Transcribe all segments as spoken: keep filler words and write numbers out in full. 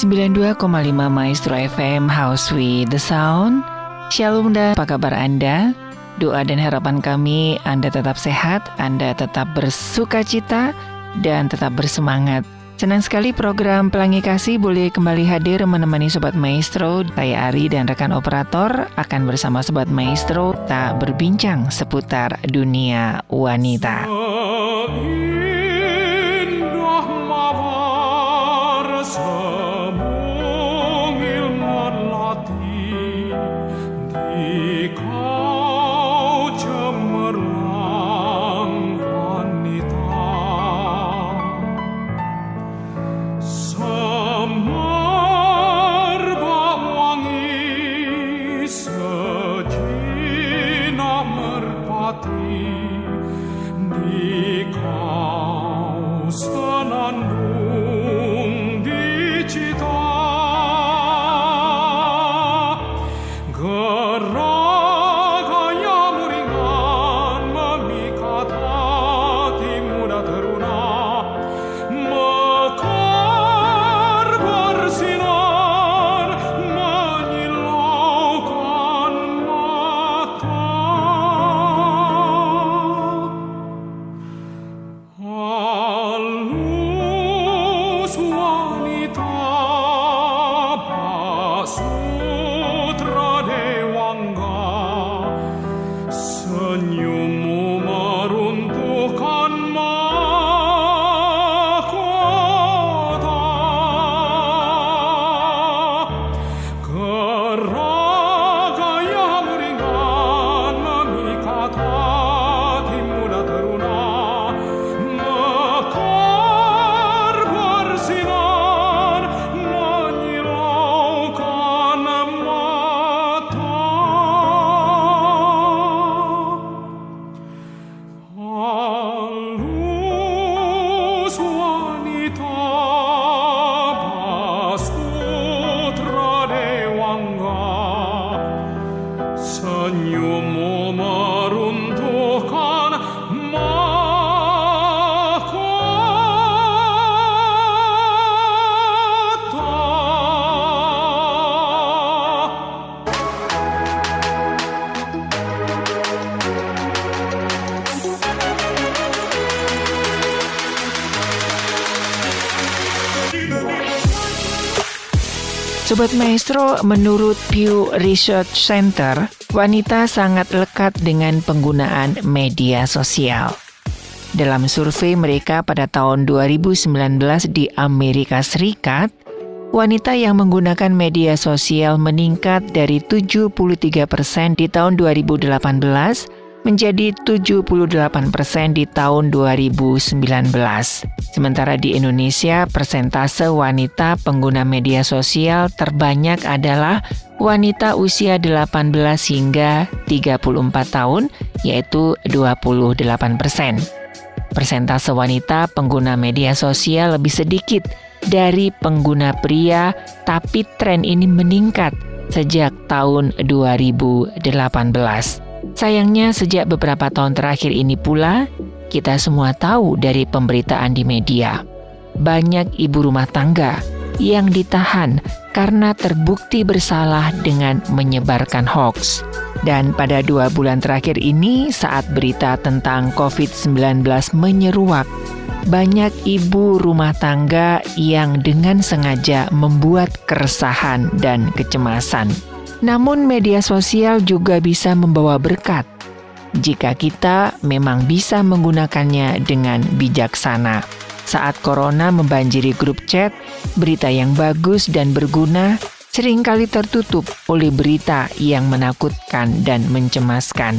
sembilan puluh dua koma lima Maestro F M House with the Sound. Shalom dan apa kabar Anda? Doa dan harapan kami Anda tetap sehat, Anda tetap bersukacita, dan tetap bersemangat. Senang sekali program Pelangi Kasih boleh kembali hadir menemani Sobat Maestro. Saya Ari dan rekan operator akan bersama Sobat Maestro tak berbincang seputar dunia wanita. Sobat Maestro, menurut Pew Research Center, wanita sangat lekat dengan penggunaan media sosial. Dalam survei mereka pada tahun dua ribu sembilan belas di Amerika Serikat, wanita yang menggunakan media sosial meningkat dari tujuh puluh tiga persen di tahun dua ribu delapan belas menjadi tujuh puluh delapan persen di tahun dua ribu sembilan belas. Sementara di Indonesia, persentase wanita pengguna media sosial terbanyak adalah wanita usia delapan belas hingga tiga puluh empat tahun, yaitu dua puluh delapan persen. Persentase wanita pengguna media sosial lebih sedikit dari pengguna pria, tapi tren ini meningkat sejak tahun dua ribu delapan belas. Sayangnya sejak beberapa tahun terakhir ini pula, kita semua tahu dari pemberitaan di media, banyak ibu rumah tangga yang ditahan karena terbukti bersalah dengan menyebarkan hoaks. Dan pada dua bulan terakhir ini, saat berita tentang covid sembilan belas menyeruak, banyak ibu rumah tangga yang dengan sengaja membuat keresahan dan kecemasan. Namun media sosial juga bisa membawa berkat jika kita memang bisa menggunakannya dengan bijaksana. Saat corona membanjiri grup chat, berita yang bagus dan berguna seringkali tertutup oleh berita yang menakutkan dan mencemaskan.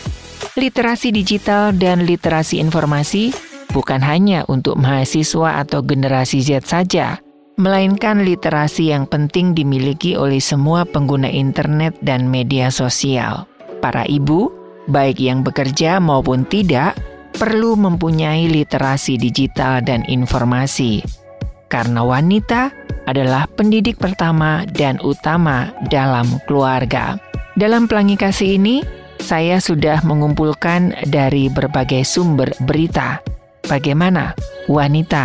Literasi digital dan literasi informasi bukan hanya untuk mahasiswa atau generasi Z saja, melainkan literasi yang penting dimiliki oleh semua pengguna internet dan media sosial. Para ibu, baik yang bekerja maupun tidak, perlu mempunyai literasi digital dan informasi. Karena wanita adalah pendidik pertama dan utama dalam keluarga. Dalam Pelangi Kasih ini, saya sudah mengumpulkan dari berbagai sumber berita bagaimana wanita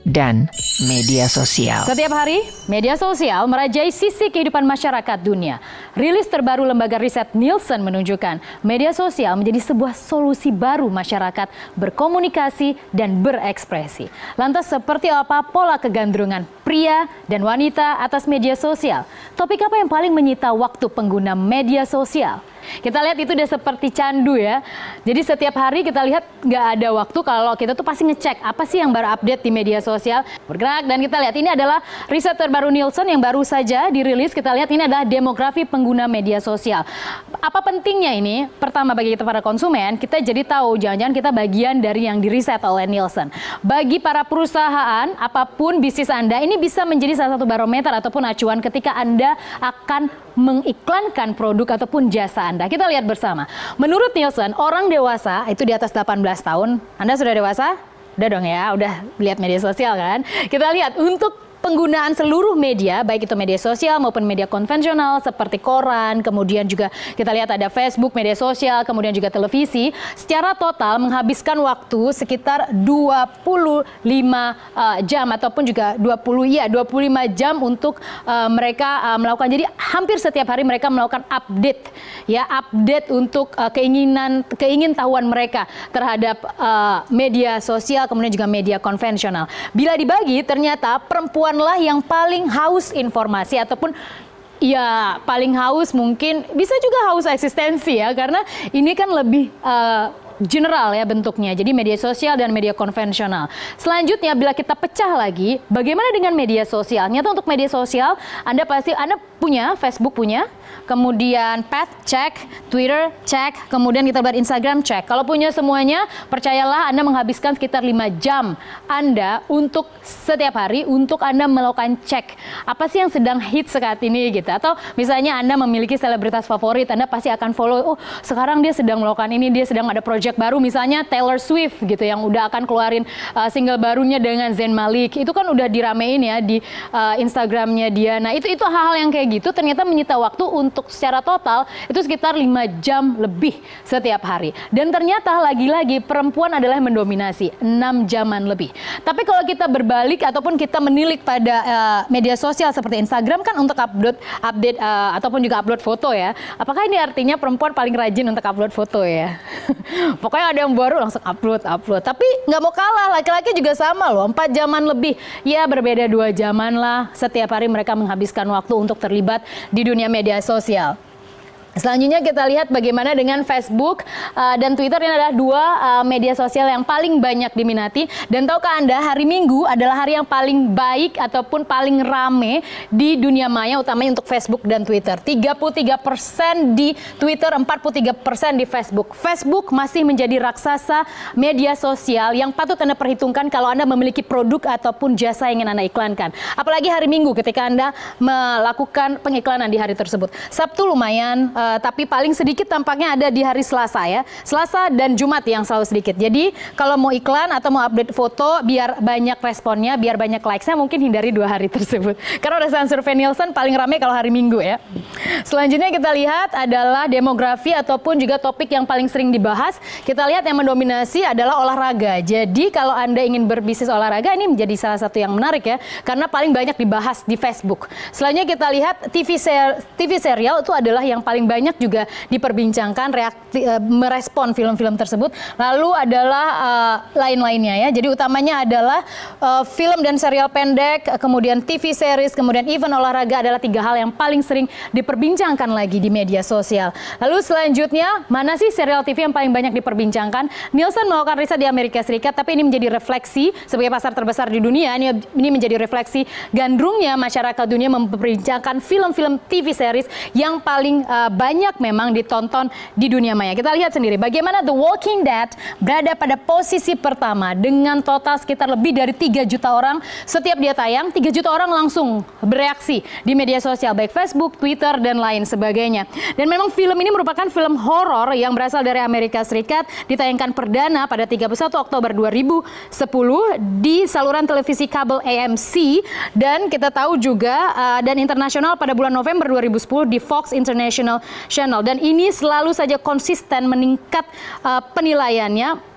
dan media sosial. Setiap hari, media sosial merajai sisi kehidupan masyarakat dunia. Rilis terbaru lembaga riset Nielsen menunjukkan media sosial menjadi sebuah solusi baru masyarakat berkomunikasi dan berekspresi. Lantas seperti apa pola kegandrungan pria dan wanita atas media sosial? Topik apa yang paling menyita waktu pengguna media sosial? Kita lihat itu udah seperti candu ya. Jadi setiap hari kita lihat nggak ada waktu kalau kita tuh pasti ngecek apa sih yang baru update di media sosial. Bergerak dan kita lihat ini adalah riset terbaru Nielsen yang baru saja dirilis. Kita lihat ini adalah demografi pengguna media sosial. Apa pentingnya ini? Pertama bagi kita para konsumen, kita jadi tahu jangan-jangan kita bagian dari yang diriset oleh Nielsen. Bagi para perusahaan, apapun bisnis Anda, ini bisa menjadi salah satu barometer ataupun acuan ketika Anda akan mengiklankan produk ataupun jasa Anda. Kita lihat bersama. Menurut Nielsen, orang dewasa itu di atas delapan belas tahun. Anda sudah dewasa? Udah dong ya, udah lihat media sosial kan? Kita lihat untuk penggunaan seluruh media, baik itu media sosial maupun media konvensional seperti koran, kemudian juga kita lihat ada Facebook, media sosial, kemudian juga televisi, secara total menghabiskan waktu sekitar dua puluh lima uh, jam ataupun juga dua puluh ya dua puluh lima jam untuk uh, mereka uh, melakukan. Jadi hampir setiap hari mereka melakukan update ya, update untuk uh, keinginan keingintahuan mereka terhadap uh, media sosial kemudian juga media konvensional. Bila dibagi ternyata perempuan lah yang paling haus informasi ataupun ya paling haus, mungkin bisa juga haus eksistensi ya, karena ini kan lebih uh, general ya bentuknya. Jadi media sosial dan media konvensional. Selanjutnya bila kita pecah lagi, bagaimana dengan media sosial? Nyata untuk media sosial, Anda pasti Anda punya Facebook punya, kemudian Path cek, Twitter cek, kemudian kita lihat Instagram cek. Kalau punya semuanya, percayalah Anda menghabiskan sekitar lima jam Anda untuk setiap hari untuk Anda melakukan cek. Apa sih yang sedang hits saat ini gitu. Atau misalnya Anda memiliki selebritas favorit, Anda pasti akan follow, oh sekarang dia sedang melakukan ini, dia sedang ada project baru, misalnya Taylor Swift gitu yang udah akan keluarin uh, single barunya dengan Zayn Malik. Itu kan udah diramein ya di uh, Instagramnya dia. Nah itu itu hal-hal yang kayak gitu ternyata menyita waktu untuk secara total itu sekitar lima jam lebih setiap hari. Dan ternyata lagi-lagi perempuan adalah yang mendominasi enam jaman lebih. Tapi kalau kita berbalik ataupun kita menilik pada uh, media sosial seperti Instagram kan untuk upload update uh, ataupun juga upload foto ya. Apakah ini artinya perempuan paling rajin untuk upload foto ya? Pokoknya ada yang baru langsung upload, upload. Tapi nggak mau kalah, laki-laki juga sama loh, empat jaman lebih. Ya berbeda dua jaman lah. Setiap hari mereka menghabiskan waktu untuk terlibat di dunia media sosial. Selanjutnya kita lihat bagaimana dengan Facebook uh, dan Twitter. Ini adalah dua uh, media sosial yang paling banyak diminati. Dan tahukah Anda hari Minggu adalah hari yang paling baik ataupun paling rame di dunia maya, utamanya untuk Facebook dan Twitter. tiga puluh tiga persen di Twitter, empat puluh tiga persen di Facebook. Facebook masih menjadi raksasa media sosial yang patut Anda perhitungkan kalau Anda memiliki produk ataupun jasa yang ingin Anda iklankan. Apalagi hari Minggu ketika Anda melakukan pengiklanan di hari tersebut. Sabtu lumayan, Uh, tapi paling sedikit tampaknya ada di hari Selasa ya. Selasa dan Jumat yang selalu sedikit. Jadi kalau mau iklan atau mau update foto biar banyak responnya, biar banyak likes-nya, mungkin hindari dua hari tersebut. Karena berdasarkan survei Nielsen paling ramai kalau hari Minggu ya. Selanjutnya kita lihat adalah demografi ataupun juga topik yang paling sering dibahas. Kita lihat yang mendominasi adalah olahraga. Jadi kalau Anda ingin berbisnis olahraga ini menjadi salah satu yang menarik ya. Karena paling banyak dibahas di Facebook. Selanjutnya kita lihat T V ser T V serial itu adalah yang paling banyak juga diperbincangkan, reakti, uh, merespon film-film tersebut. Lalu adalah uh, lain-lainnya ya. Jadi utamanya adalah uh, film dan serial pendek, kemudian T V series, kemudian event olahraga adalah tiga hal yang paling sering diperbincangkan lagi di media sosial. Lalu selanjutnya, mana sih serial T V yang paling banyak diperbincangkan? Nielsen melakukan riset di Amerika Serikat, tapi ini menjadi refleksi sebagai pasar terbesar di dunia. Ini, ini menjadi refleksi gandrungnya masyarakat dunia memperbincangkan film-film T V series yang paling uh, banyak memang ditonton di dunia maya. Kita lihat sendiri bagaimana The Walking Dead berada pada posisi pertama dengan total sekitar lebih dari tiga juta orang. Setiap dia tayang, tiga juta orang langsung bereaksi di media sosial, baik Facebook, Twitter, dan lain sebagainya. Dan memang film ini merupakan film horor yang berasal dari Amerika Serikat, ditayangkan perdana pada tiga puluh satu Oktober dua ribu sepuluh di saluran televisi kabel A M C, dan kita tahu juga uh, dan internasional pada bulan November dua ribu sepuluh di Fox International Channel. Dan ini selalu saja konsisten meningkat uh, penilaiannya.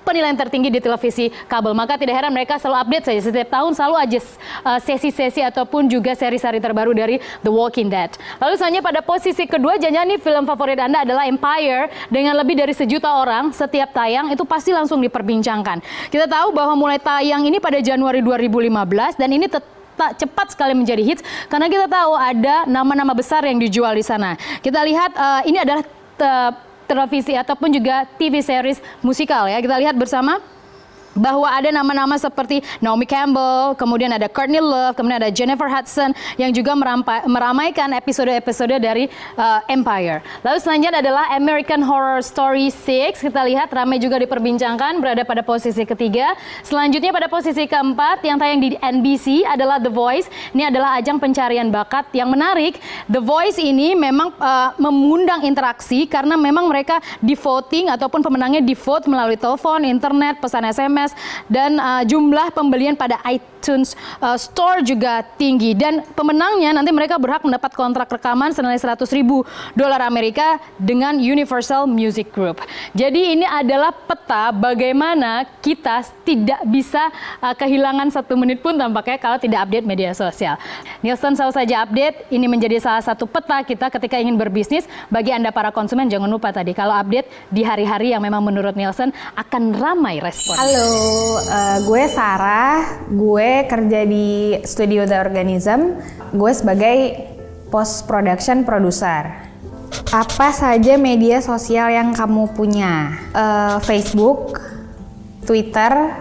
penilaian tertinggi di televisi kabel. Maka tidak heran mereka selalu update saja. Setiap tahun selalu aja uh, sesi-sesi ataupun juga seri-seri terbaru dari The Walking Dead. Lalu selanjutnya pada posisi kedua, jangan-jangan nih film favorit Anda adalah Empire dengan lebih dari sejuta orang setiap tayang itu pasti langsung diperbincangkan. Kita tahu bahwa mulai tayang ini pada Januari dua ribu lima belas dan ini tetap tak cepat sekali menjadi hits karena kita tahu ada nama-nama besar yang dijual di sana. Kita lihat uh, ini adalah uh, televisi ataupun juga T V series musikal ya. Kita lihat bersama bahwa ada nama-nama seperti Naomi Campbell, kemudian ada Courtney Love, kemudian ada Jennifer Hudson yang juga merampai, meramaikan episode-episode dari uh, Empire. Lalu selanjutnya adalah American Horror Story enam. Kita lihat ramai juga diperbincangkan, berada pada posisi ketiga. Selanjutnya pada posisi keempat yang tayang di N B C adalah The Voice. Ini adalah ajang pencarian bakat yang menarik. The Voice ini memang uh, mengundang interaksi karena memang mereka di voting ataupun pemenangnya di vote melalui telepon, internet, pesan S M S, dan uh, jumlah pembelian pada iTunes uh, Store juga tinggi dan pemenangnya nanti mereka berhak mendapat kontrak rekaman senilai seratus ribu dolar Amerika dengan Universal Music Group. Jadi ini adalah peta bagaimana kita tidak bisa uh, kehilangan satu menit pun tampaknya kalau tidak update media sosial. Nielsen selalu saja update, ini menjadi salah satu peta kita ketika ingin berbisnis. Bagi Anda para konsumen jangan lupa tadi kalau update di hari-hari yang memang menurut Nielsen akan ramai respon. Halo. Uh, gue Sarah, gue kerja di studio The Organism. Gue sebagai post production producer. Apa saja media sosial yang kamu punya? Uh, Facebook, Twitter,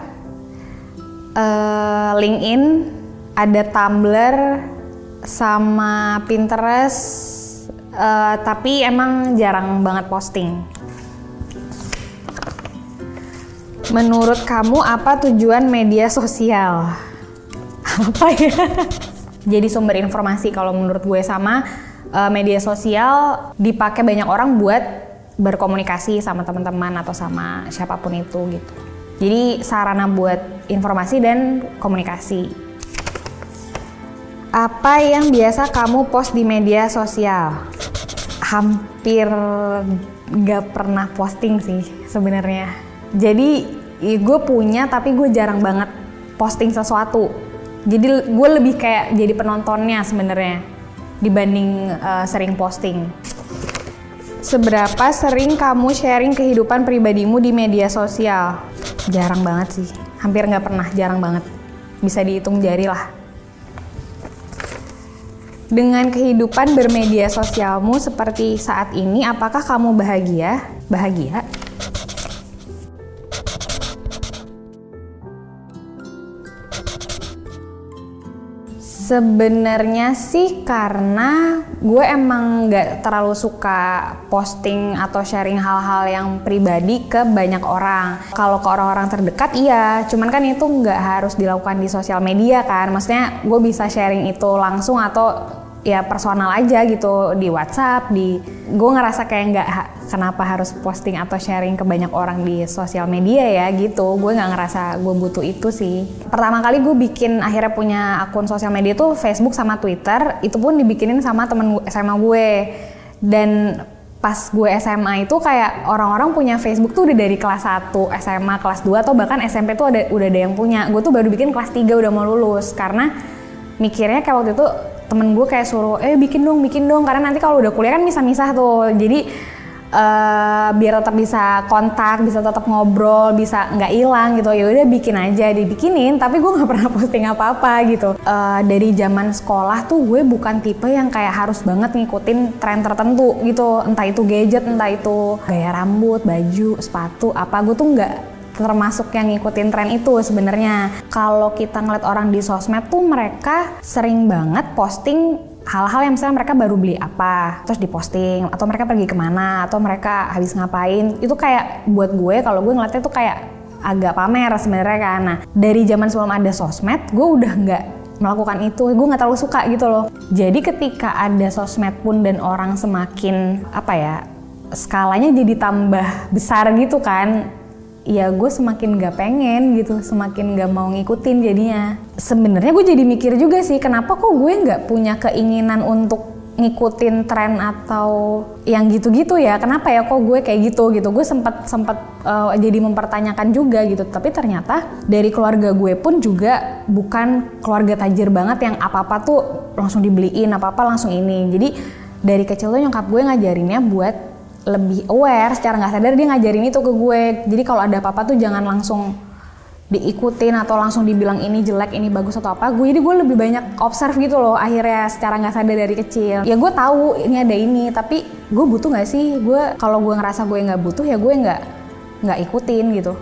uh, LinkedIn, ada Tumblr, sama Pinterest. Uh, tapi emang jarang banget posting. Menurut kamu apa tujuan media sosial? Apa ya? Jadi sumber informasi kalau menurut gue sama uh, media sosial dipakai banyak orang buat berkomunikasi sama teman-teman atau sama siapapun itu gitu. Jadi sarana buat informasi dan komunikasi. Apa yang biasa kamu post di media sosial? Hampir gak pernah posting sih sebenarnya. Jadi ya gue punya tapi gue jarang banget posting sesuatu. Jadi gue lebih kayak jadi penontonnya sebenarnya dibanding uh, sering posting. Seberapa sering kamu sharing kehidupan pribadimu di media sosial? Jarang banget sih, hampir nggak pernah, jarang banget. Bisa dihitung jari lah. Dengan kehidupan bermedia sosialmu seperti saat ini, apakah kamu bahagia? Bahagia? Sebenarnya sih karena gue emang gak terlalu suka posting atau sharing hal-hal yang pribadi ke banyak orang. Kalau ke orang-orang terdekat iya, cuman kan itu gak harus dilakukan di sosial media kan. Maksudnya gue bisa sharing itu langsung atau ya personal aja gitu di WhatsApp, di gue ngerasa kayak nggak kenapa harus posting atau sharing ke banyak orang di sosial media ya gitu. Gue nggak ngerasa gue butuh itu sih. Pertama kali gue bikin akhirnya punya akun sosial media tuh Facebook sama Twitter, itu pun dibikinin sama temen S M A gue. Dan pas gue S M A itu kayak orang-orang punya Facebook tuh udah dari kelas satu, S M A, kelas dua atau bahkan S M P tuh ada, udah ada yang punya. Gue tuh baru bikin kelas tiga udah mau lulus karena mikirnya kayak waktu itu temen gue kayak suruh, eh bikin dong, bikin dong, karena nanti kalau udah kuliah kan misah-misah tuh, jadi uh, biar tetap bisa kontak, bisa tetap ngobrol, bisa nggak hilang gitu, ya udah bikin aja, dibikinin, tapi gue nggak pernah posting apa-apa gitu. Uh, dari zaman sekolah tuh gue bukan tipe yang kayak harus banget ngikutin tren tertentu gitu, entah itu gadget, entah itu gaya rambut, baju, sepatu, apa, gue tuh nggak termasuk yang ngikutin tren itu sebenarnya. Kalau kita ngeliat orang di sosmed tuh mereka sering banget posting hal-hal yang misalnya mereka baru beli apa terus diposting, atau mereka pergi kemana, atau mereka habis ngapain. Itu kayak buat gue, kalau gue ngeliatnya tuh kayak agak pamer sebenarnya kan. Nah dari zaman sebelum ada sosmed gue udah nggak melakukan itu, gue nggak terlalu suka gitu loh. Jadi ketika ada sosmed pun dan orang semakin apa ya, skalanya jadi tambah besar gitu kan, ya gue semakin gak pengen gitu, semakin gak mau ngikutin jadinya. Sebenarnya gue jadi mikir juga sih, kenapa kok gue gak punya keinginan untuk ngikutin tren atau yang gitu-gitu ya, kenapa ya kok gue kayak gitu gitu. Gue sempat sempat uh, jadi mempertanyakan juga gitu, tapi ternyata dari keluarga gue pun juga bukan keluarga tajir banget yang apa-apa tuh langsung dibeliin, apa-apa langsung ini. Jadi dari kecil tuh nyokap gue ngajarinnya buat lebih aware, secara nggak sadar dia ngajarin itu ke gue. Jadi kalau ada apa-apa tuh jangan langsung diikutin atau langsung dibilang ini jelek, ini bagus atau apa. Gue jadi gue lebih banyak observe gitu loh akhirnya secara nggak sadar dari kecil. Ya gue tahu ini ada ini, tapi gue butuh nggak sih? Gue kalau gue ngerasa gue nggak butuh ya gue nggak nggak ikutin gitu.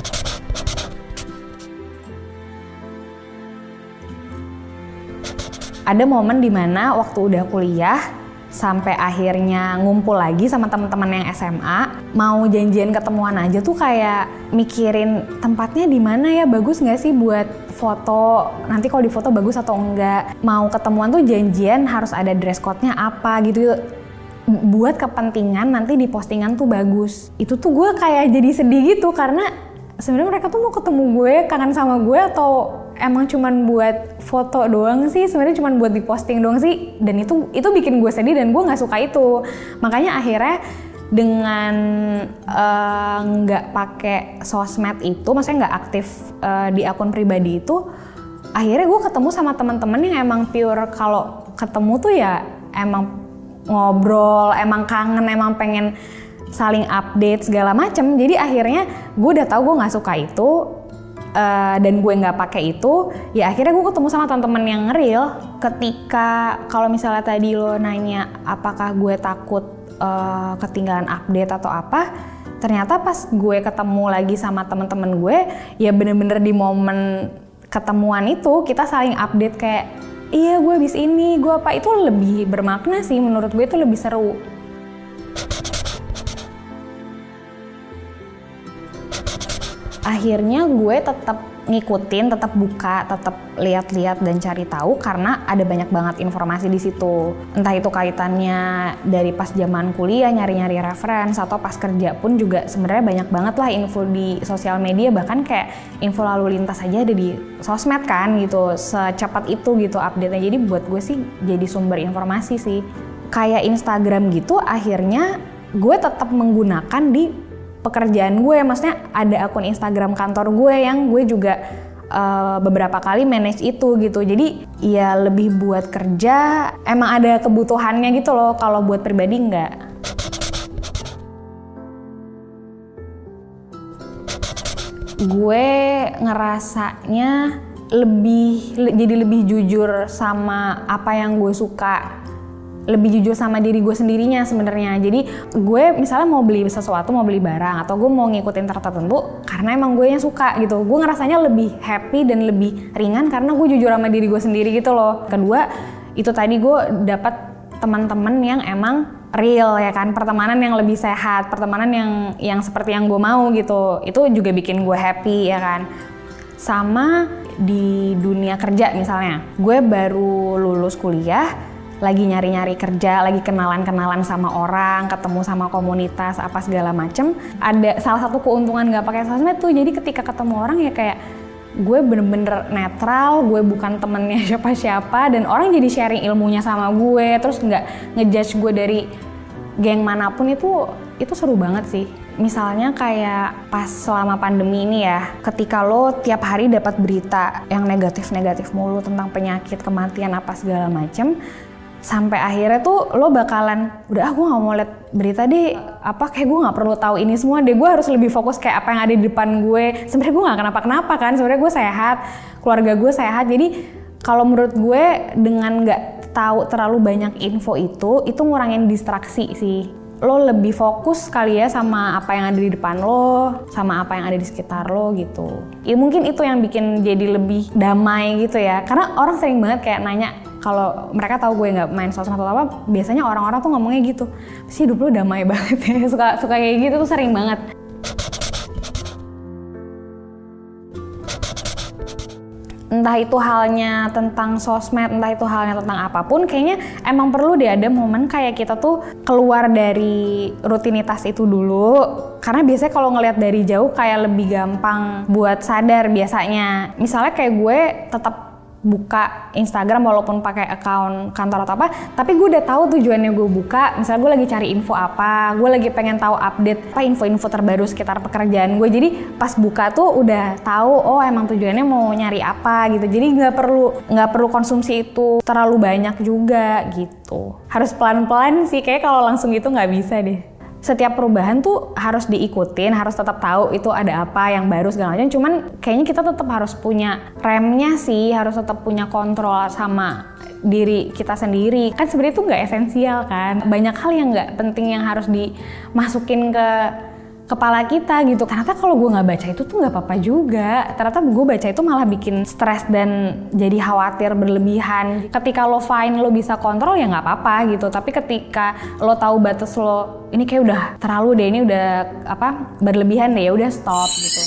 Ada momen dimana waktu udah kuliah sampai akhirnya ngumpul lagi sama teman-teman yang S M A, mau janjian ketemuan aja tuh kayak mikirin tempatnya di mana ya, bagus nggak sih buat foto, nanti kalau di foto bagus atau enggak. Mau ketemuan tuh janjian harus ada dress code-nya apa gitu, buat kepentingan nanti di postingan tuh bagus. Itu tuh gue kayak jadi sedih gitu karena sebenarnya mereka tuh mau ketemu gue, kangen sama gue, atau emang cuman buat foto doang sih, sebenarnya cuman buat diposting doang sih. Dan itu itu bikin gue sedih dan gue nggak suka itu. Makanya akhirnya dengan nggak uh, pakai sosmed itu, maksudnya nggak aktif uh, di akun pribadi itu, akhirnya gue ketemu sama teman-teman yang emang pure kalau ketemu tuh ya emang ngobrol, emang kangen, emang pengen saling update segala macem. Jadi akhirnya gue udah tahu gue nggak suka itu. Uh, dan gue nggak pakai itu, ya akhirnya gue ketemu sama teman-teman yang real. Ketika kalau misalnya tadi lo nanya apakah gue takut uh, ketinggalan update atau apa, ternyata pas gue ketemu lagi sama teman-teman gue, ya bener-bener di momen ketemuan itu kita saling update kayak, iya gue habis ini, gue apa, itu lebih bermakna sih menurut gue, itu lebih seru. Akhirnya gue tetap ngikutin, tetap buka, tetap lihat-lihat dan cari tahu karena ada banyak banget informasi di situ. Entah itu kaitannya dari pas zaman kuliah nyari-nyari reference atau pas kerja pun juga sebenarnya banyak banget lah info di sosial media, bahkan kayak info lalu lintas aja ada di sosmed kan gitu, secepat itu gitu update-nya. Jadi buat gue sih jadi sumber informasi sih. Kayak Instagram gitu akhirnya gue tetap menggunakan di pekerjaan gue, maksudnya ada akun Instagram kantor gue yang gue juga uh, beberapa kali manage itu gitu. Jadi ya lebih buat kerja, emang ada kebutuhannya gitu loh, kalau buat pribadi enggak. Gue ngerasanya lebih, jadi lebih jujur sama apa yang gue suka, lebih jujur sama diri gue sendirinya sebenarnya. Jadi gue misalnya mau beli sesuatu, mau beli barang, atau gue mau ngikutin tertentu karena emang gue yang suka gitu. Gue ngerasanya lebih happy dan lebih ringan karena gue jujur sama diri gue sendiri gitu loh. Kedua, itu tadi gue dapat teman-teman yang emang real ya kan, pertemanan yang lebih sehat, pertemanan yang yang seperti yang gue mau gitu. Itu juga bikin gue happy ya kan. Sama di dunia kerja misalnya, gue baru lulus kuliah, lagi nyari-nyari kerja, lagi kenalan-kenalan sama orang, ketemu sama komunitas, apa segala macem. Ada salah satu keuntungan nggak pakai sosmed tuh, jadi ketika ketemu orang ya kayak gue bener-bener netral, gue bukan temennya siapa-siapa, dan orang jadi sharing ilmunya sama gue, terus nggak ngejudge gue dari geng manapun. Itu itu seru banget sih. Misalnya kayak pas selama pandemi ini ya, ketika lo tiap hari dapat berita yang negatif-negatif mulu tentang penyakit, kematian, apa segala macem, sampai akhirnya tuh lo bakalan udah ah gue nggak mau lihat berita deh, apa kayak gue nggak perlu tahu ini semua deh, gue harus lebih fokus kayak apa yang ada di depan gue. Sebenarnya gue nggak kenapa-kenapa kan, sebenarnya gue sehat, keluarga gue sehat. Jadi kalau menurut gue dengan nggak tahu terlalu banyak info itu itu ngurangin distraksi sih. Lo lebih fokus kali ya sama apa yang ada di depan lo, sama apa yang ada di sekitar lo gitu. Ya mungkin itu yang bikin jadi lebih damai gitu ya, karena orang sering banget kayak nanya, kalau mereka tahu gue nggak main sosmed atau apa, biasanya orang-orang tuh ngomongnya gitu, pasti hidup lo damai banget ya, suka suka kayak gitu tuh sering banget. Entah itu halnya tentang sosmed, entah itu halnya tentang apapun, kayaknya emang perlu deh ada momen kayak kita tuh keluar dari rutinitas itu dulu. Karena biasanya kalau ngelihat dari jauh kayak lebih gampang buat sadar biasanya. Misalnya kayak gue tetap buka Instagram walaupun pakai account kantor atau apa, tapi gue udah tahu tujuannya gue buka. Misalnya gue lagi cari info apa, gue lagi pengen tahu update apa info-info terbaru sekitar pekerjaan gue. Jadi pas buka tuh udah tahu, oh emang tujuannya mau nyari apa gitu. Jadi nggak perlu nggak perlu konsumsi itu terlalu banyak juga gitu. Harus pelan-pelan sih, kayak kalau langsung gitu nggak bisa deh. Setiap perubahan tuh harus diikutin, harus tetap tahu itu ada apa yang baru segala macam. Cuman kayaknya kita tetap harus punya remnya sih, harus tetap punya kontrol sama diri kita sendiri. Kan sebenarnya itu nggak esensial kan. Banyak hal yang nggak penting yang harus dimasukin ke kepala kita gitu. Ternyata kalau gue nggak baca itu tuh nggak apa-apa juga. Ternyata gue baca itu malah bikin stres dan jadi khawatir berlebihan. Ketika lo fine, lo bisa kontrol ya nggak apa-apa gitu. Tapi ketika lo tahu batas lo, ini kayak udah terlalu deh, ini udah apa berlebihan deh, ya udah stop gitu.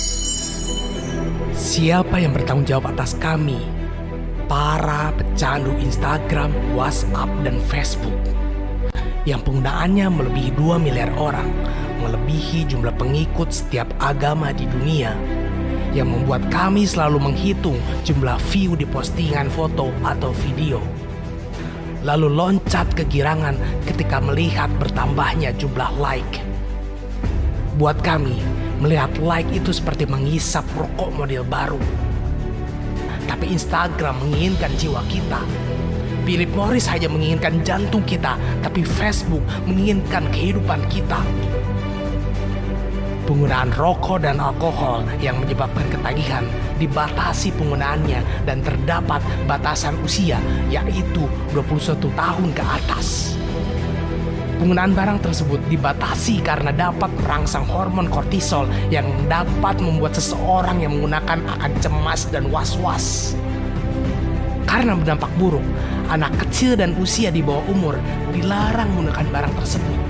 Siapa yang bertanggung jawab atas kami? Para pecandu Instagram, WhatsApp, dan Facebook yang penggunaannya melebihi dua miliar orang, melebihi jumlah pengikut setiap agama di dunia, yang membuat kami selalu menghitung jumlah view di postingan foto atau video, lalu loncat kegirangan ketika melihat bertambahnya jumlah like. Buat kami, melihat like itu seperti menghisap rokok model baru. Tapi Instagram menginginkan jiwa kita. Philip Morris hanya menginginkan jantung kita, tapi Facebook menginginkan kehidupan kita. Penggunaan rokok dan alkohol yang menyebabkan ketagihan dibatasi penggunaannya dan terdapat batasan usia, yaitu dua puluh satu tahun ke atas. Penggunaan barang tersebut dibatasi karena dapat merangsang hormon kortisol yang dapat membuat seseorang yang menggunakan akan cemas dan was-was. Karena berdampak buruk, anak kecil dan usia di bawah umur dilarang menggunakan barang tersebut.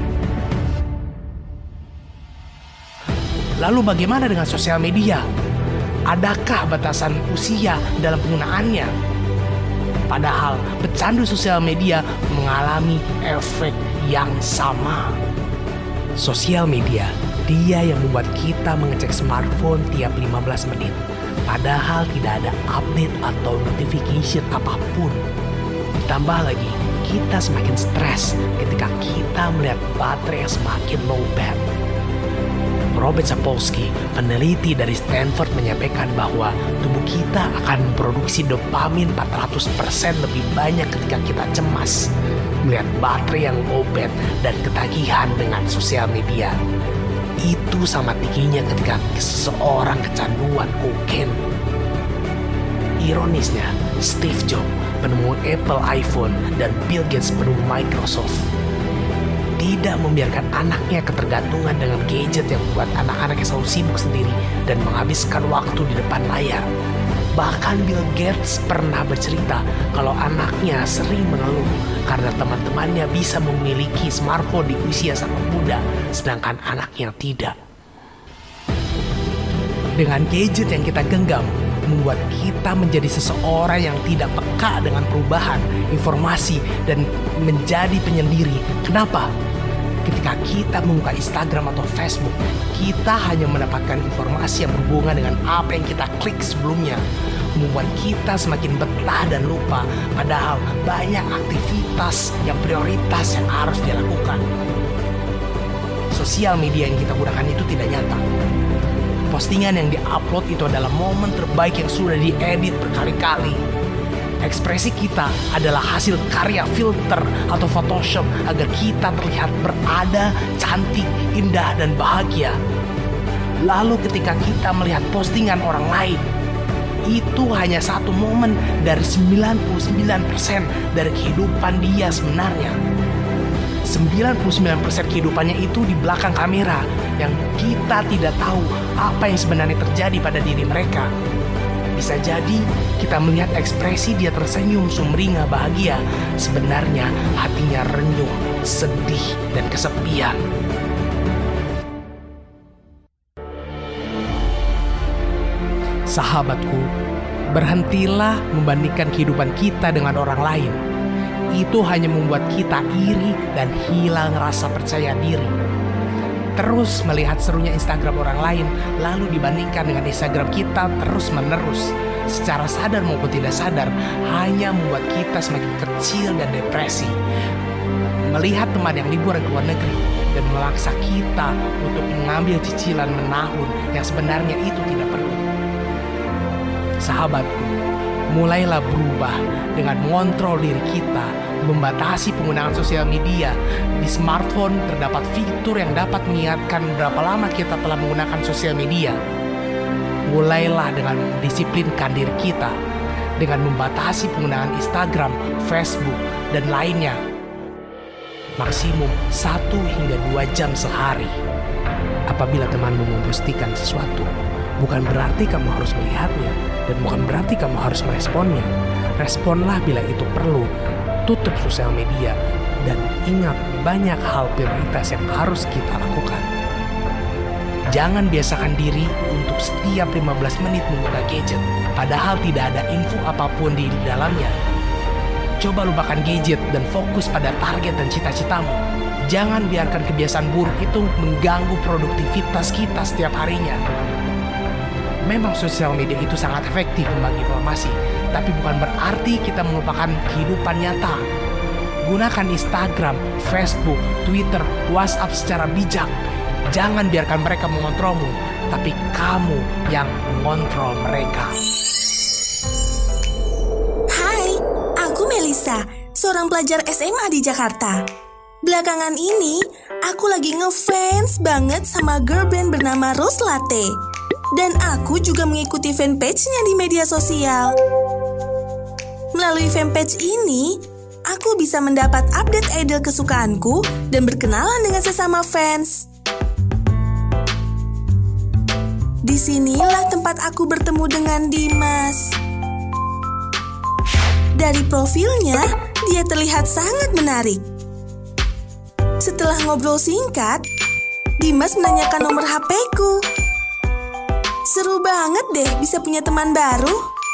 Lalu bagaimana dengan sosial media? Adakah batasan usia dalam penggunaannya? Padahal pecandu sosial media mengalami efek yang sama. Sosial media, dia yang membuat kita mengecek smartphone tiap lima belas menit. Padahal tidak ada update atau notification apapun. Ditambah lagi, kita semakin stres ketika kita melihat baterai yang semakin low bat. Robert Sapolsky, peneliti dari Stanford, menyampaikan bahwa tubuh kita akan memproduksi dopamin empat ratus persen lebih banyak ketika kita cemas, melihat baterai yang low bat dan ketagihan dengan sosial media. Itu sama tingginya ketika seseorang kecanduan kokain. Ironisnya, Steve Jobs, penemu Apple iPhone, dan Bill Gates, penemu Microsoft, tidak membiarkan anaknya ketergantungan dengan gadget yang membuat anak-anaknya selalu sibuk sendiri dan menghabiskan waktu di depan layar. Bahkan Bill Gates pernah bercerita kalau anaknya sering mengeluh karena teman-temannya bisa memiliki smartphone di usia sangat muda, sedangkan anaknya tidak. Dengan gadget yang kita genggam, membuat kita menjadi seseorang yang tidak peka dengan perubahan informasi dan menjadi penyendiri. Kenapa? Ketika kita membuka Instagram atau Facebook, kita hanya mendapatkan informasi yang berhubungan dengan apa yang kita klik sebelumnya, membuat kita semakin betah dan lupa, padahal banyak aktivitas yang prioritas yang harus dilakukan. Sosial media yang kita gunakan itu tidak nyata. Postingan yang diupload itu adalah momen terbaik yang sudah diedit berkali-kali. Ekspresi kita adalah hasil karya filter atau Photoshop agar kita terlihat berada, cantik, indah, dan bahagia. Lalu ketika kita melihat postingan orang lain, itu hanya satu momen dari sembilan puluh sembilan persen dari kehidupan dia sebenarnya. sembilan puluh sembilan persen kehidupannya itu di belakang kamera yang kita tidak tahu apa yang sebenarnya terjadi pada diri mereka. Bisa jadi kita melihat ekspresi dia tersenyum, sumringah, bahagia. Sebenarnya hatinya renyuh, sedih, dan kesepian. Sahabatku, berhentilah membandingkan kehidupan kita dengan orang lain. Itu hanya membuat kita iri dan hilang rasa percaya diri. terus melihat serunya Instagram orang lain, lalu dibandingkan dengan Instagram kita terus-menerus, secara sadar maupun tidak sadar, hanya membuat kita semakin kecil dan depresi. Melihat teman yang liburan ke luar negeri dan memaksa kita untuk mengambil cicilan menahun yang sebenarnya itu tidak perlu. Sahabatku, mulailah berubah dengan mengontrol diri kita, membatasi penggunaan sosial media. Di smartphone terdapat fitur yang dapat mengingatkan berapa lama kita telah menggunakan sosial media. Mulailah dengan mendisiplinkan diri kita dengan membatasi penggunaan Instagram, Facebook, dan lainnya. Maksimum satu hingga dua jam sehari. Apabila temanmu mempostikan sesuatu, bukan berarti kamu harus melihatnya dan bukan berarti kamu harus meresponnya. Responlah bila itu perlu. Tutup sosial media dan ingat banyak hal prioritas yang harus kita lakukan. Jangan biasakan diri untuk setiap lima belas menit membuka gadget, padahal tidak ada info apapun di dalamnya. Coba lupakan gadget dan fokus pada target dan cita-citamu. Jangan biarkan kebiasaan buruk itu mengganggu produktivitas kita setiap harinya. Memang sosial media itu sangat efektif membagi informasi, tapi bukan berarti kita melupakan kehidupan nyata. Gunakan Instagram, Facebook, Twitter, WhatsApp secara bijak. Jangan biarkan mereka mengontrolmu, tapi kamu yang mengontrol mereka. Hai, aku Melisa, seorang pelajar S M A di Jakarta. Belakangan ini, aku lagi ngefans banget sama girl band bernama Rose Latte. Dan aku juga mengikuti fanpage-nya di media sosial. Melalui fanpage ini, aku bisa mendapat update idol kesukaanku dan berkenalan dengan sesama fans. Disinilah tempat aku bertemu dengan Dimas. Dari profilnya, dia terlihat sangat menarik. Setelah ngobrol singkat, Dimas menanyakan nomor H P-ku. Seru banget deh bisa punya teman baru.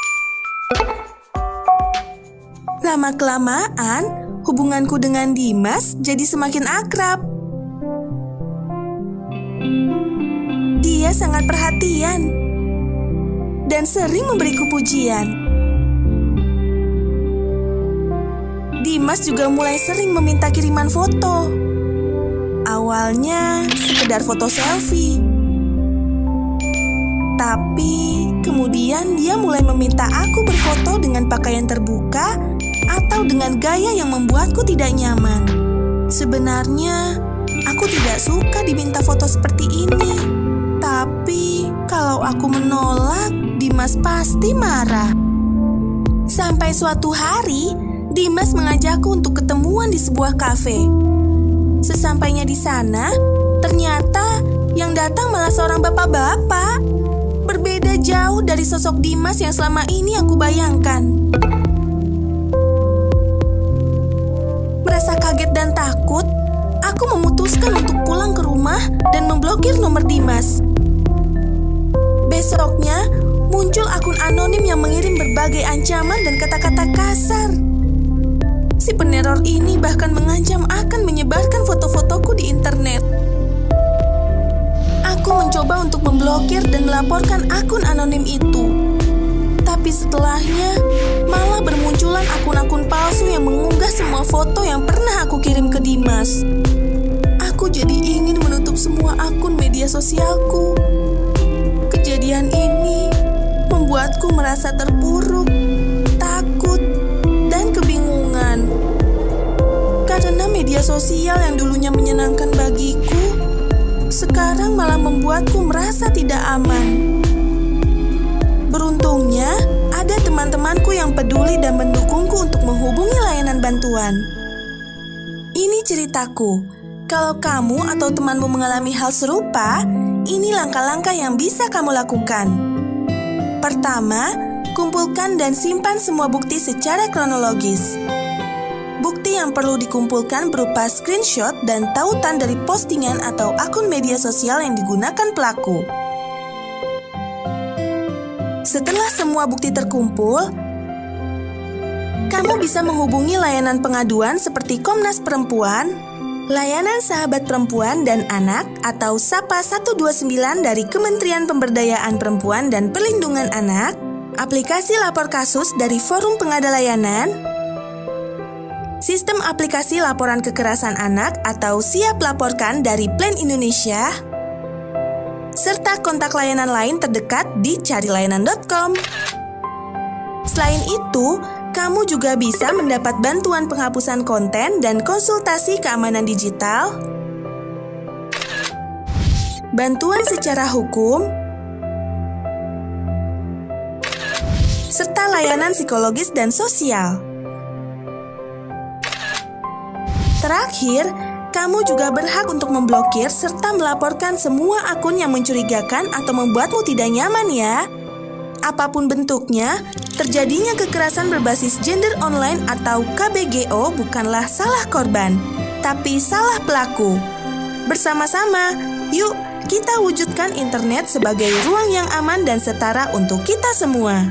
Lama-kelamaan, hubunganku dengan Dimas jadi semakin akrab. Dia sangat perhatian dan sering memberiku pujian. Dimas juga mulai sering meminta kiriman foto. Awalnya sekedar foto selfie. Tapi kemudian dia mulai meminta aku berfoto dengan pakaian terbuka atau dengan gaya yang membuatku tidak nyaman. Sebenarnya aku tidak suka diminta foto seperti ini. Tapi kalau aku menolak, Dimas pasti marah. Sampai suatu hari, Dimas mengajakku untuk ketemuan di sebuah kafe. Sesampainya di sana, ternyata yang datang malah seorang bapak-bapak. Berbeda jauh dari sosok Dimas yang selama ini aku bayangkan. Merasa kaget dan takut, aku memutuskan untuk pulang ke rumah dan memblokir nomor Dimas. Besoknya, muncul akun anonim yang mengirim berbagai ancaman dan kata-kata kasar. Si peneror ini bahkan mengancam akan menyebarkan foto-fotoku di internet. Aku mencoba untuk memblokir dan melaporkan akun anonim itu. Tapi setelahnya, malah bermunculan akun-akun palsu yang mengunggah semua foto yang pernah aku kirim ke Dimas. Aku jadi ingin menutup semua akun media sosialku. Kejadian ini membuatku merasa terpuruk, takut, dan kebingungan. Karena media sosial yang dulunya menyenangkan bagiku, sekarang malah membuatku merasa tidak aman. Beruntungnya, ada teman-temanku yang peduli dan mendukungku untuk menghubungi layanan bantuan. Ini ceritaku. Kalau kamu atau temanmu mengalami hal serupa, ini langkah-langkah yang bisa kamu lakukan. Pertama, kumpulkan dan simpan semua bukti secara kronologis. Bukti yang perlu dikumpulkan berupa screenshot dan tautan dari postingan atau akun media sosial yang digunakan pelaku. Setelah semua bukti terkumpul, kamu bisa menghubungi layanan pengaduan seperti Komnas Perempuan, Layanan Sahabat Perempuan dan Anak atau SAPA seratus dua puluh sembilan dari Kementerian Pemberdayaan Perempuan dan Perlindungan Anak, aplikasi lapor kasus dari Forum Pengada Layanan, sistem aplikasi laporan kekerasan anak atau Siap Laporkan dari Plan Indonesia, serta kontak layanan lain terdekat di cari layanan dot com. Selain itu, kamu juga bisa mendapat bantuan penghapusan konten dan konsultasi keamanan digital, bantuan secara hukum, serta layanan psikologis dan sosial. Terakhir, kamu juga berhak untuk memblokir serta melaporkan semua akun yang mencurigakan atau membuatmu tidak nyaman ya. Apapun bentuknya, terjadinya kekerasan berbasis gender online atau K B G O bukanlah salah korban, tapi salah pelaku. Bersama-sama, yuk kita wujudkan internet sebagai ruang yang aman dan setara untuk kita semua.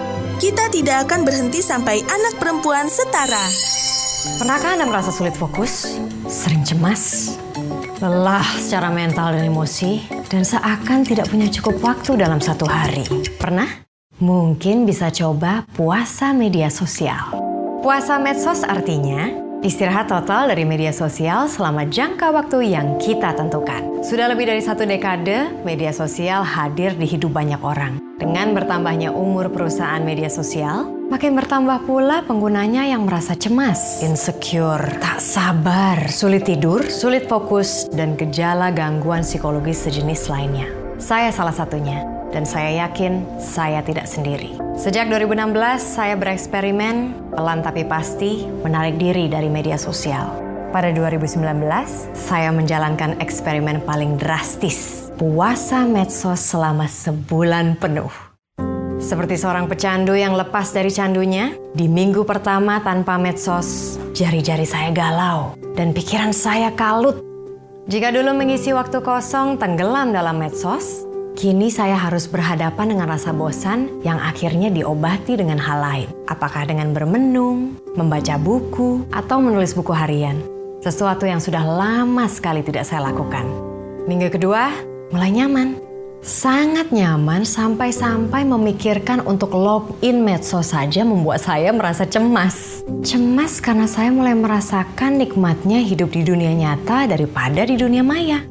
Kita tidak akan berhenti sampai anak perempuan setara. Pernahkah Anda merasa sulit fokus, sering cemas, lelah secara mental dan emosi, dan seakan tidak punya cukup waktu dalam satu hari? Pernah? Mungkin bisa coba puasa media sosial. Puasa medsos artinya istirahat total dari media sosial selama jangka waktu yang kita tentukan. Sudah lebih dari satu dekade, media sosial hadir di hidup banyak orang. Dengan bertambahnya umur perusahaan media sosial, makin bertambah pula penggunanya yang merasa cemas, insecure, tak sabar, sulit tidur, sulit fokus, dan gejala gangguan psikologis sejenis lainnya. Saya salah satunya, dan saya yakin saya tidak sendiri. Sejak dua ribu enam belas, saya bereksperimen, pelan tapi pasti, menarik diri dari media sosial. Pada dua ribu sembilan belas, saya menjalankan eksperimen paling drastis, puasa medsos selama sebulan penuh. Seperti seorang pecandu yang lepas dari candunya, di minggu pertama tanpa medsos, jari-jari saya galau dan pikiran saya kalut. Jika dulu mengisi waktu kosong tenggelam dalam medsos, kini saya harus berhadapan dengan rasa bosan yang akhirnya diobati dengan hal lain. Apakah dengan bermenung, membaca buku, atau menulis buku harian. Sesuatu yang sudah lama sekali tidak saya lakukan. Minggu kedua, mulai nyaman. Sangat nyaman sampai-sampai memikirkan untuk login medsos saja membuat saya merasa cemas. Cemas karena saya mulai merasakan nikmatnya hidup di dunia nyata daripada di dunia maya.